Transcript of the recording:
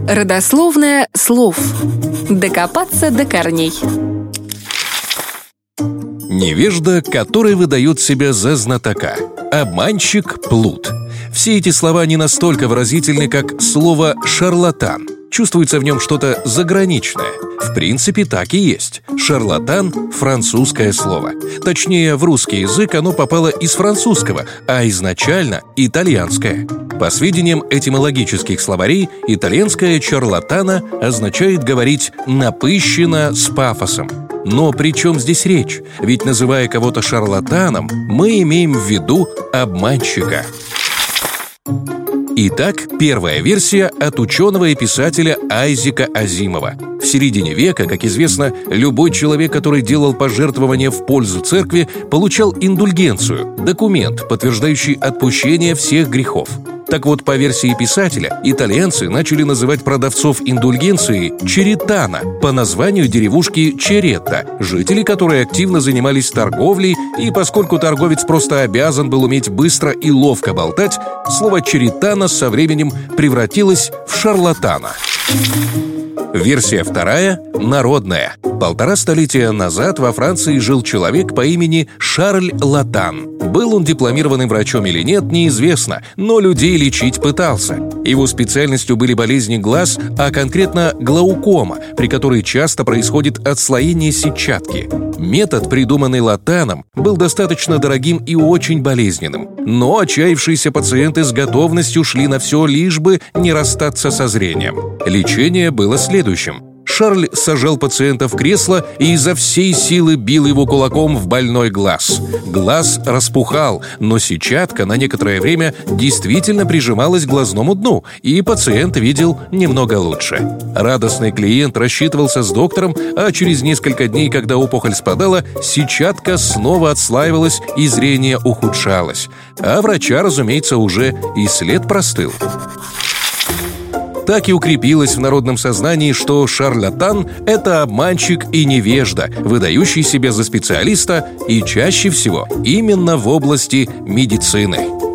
Родословное слов. Докопаться до корней. Невежда, который выдает себя за знатока. Обманщик, плут. Все эти слова не настолько выразительны, как слово «шарлатан». Чувствуется в нем что-то заграничное. В принципе, так и есть. Шарлатан – французское слово. Точнее, в русский язык оно попало из французского, а изначально – итальянское. По сведениям этимологических словарей, итальянское «чарлатана» означает говорить «напыщенно, с пафосом». Но при чем здесь речь? Ведь, называя кого-то шарлатаном, мы имеем в виду обманщика. Итак, первая версия от ученого и писателя Айзека Азимова. В середине века, как известно, любой человек, который делал пожертвования в пользу церкви, получал индульгенцию – документ, подтверждающий отпущение всех грехов. Так вот, по версии писателя, итальянцы начали называть продавцов индульгенции «черетано» по названию деревушки Черетта, жители которой активно занимались торговлей, и поскольку торговец просто обязан был уметь быстро и ловко болтать, слово «черетано» со временем превратилось в «шарлатана». Версия вторая – народная. 1,5 столетия назад во Франции жил человек по имени Шарль Латан. Был он дипломированным врачом или нет, неизвестно, но людей лечить пытался. Его специальностью были болезни глаз, а конкретно глаукома, при которой часто происходит отслоение сетчатки. Метод, придуманный Латаном, был достаточно дорогим и очень болезненным. Но отчаявшиеся пациенты с готовностью шли на все, лишь бы не расстаться со зрением. Лечение было следующим. Шарль сажал пациента в кресло и изо всей силы бил его кулаком в больной глаз. Глаз распухал, но сетчатка на некоторое время действительно прижималась к глазному дну, и пациент видел немного лучше. Радостный клиент рассчитывался с доктором, а через несколько дней, когда опухоль спадала, сетчатка снова отслаивалась и зрение ухудшалось. А врача, разумеется, уже и след простыл. Так и укрепилось в народном сознании, что шарлатан – это обманщик и невежда, выдающий себя за специалиста и чаще всего именно в области медицины.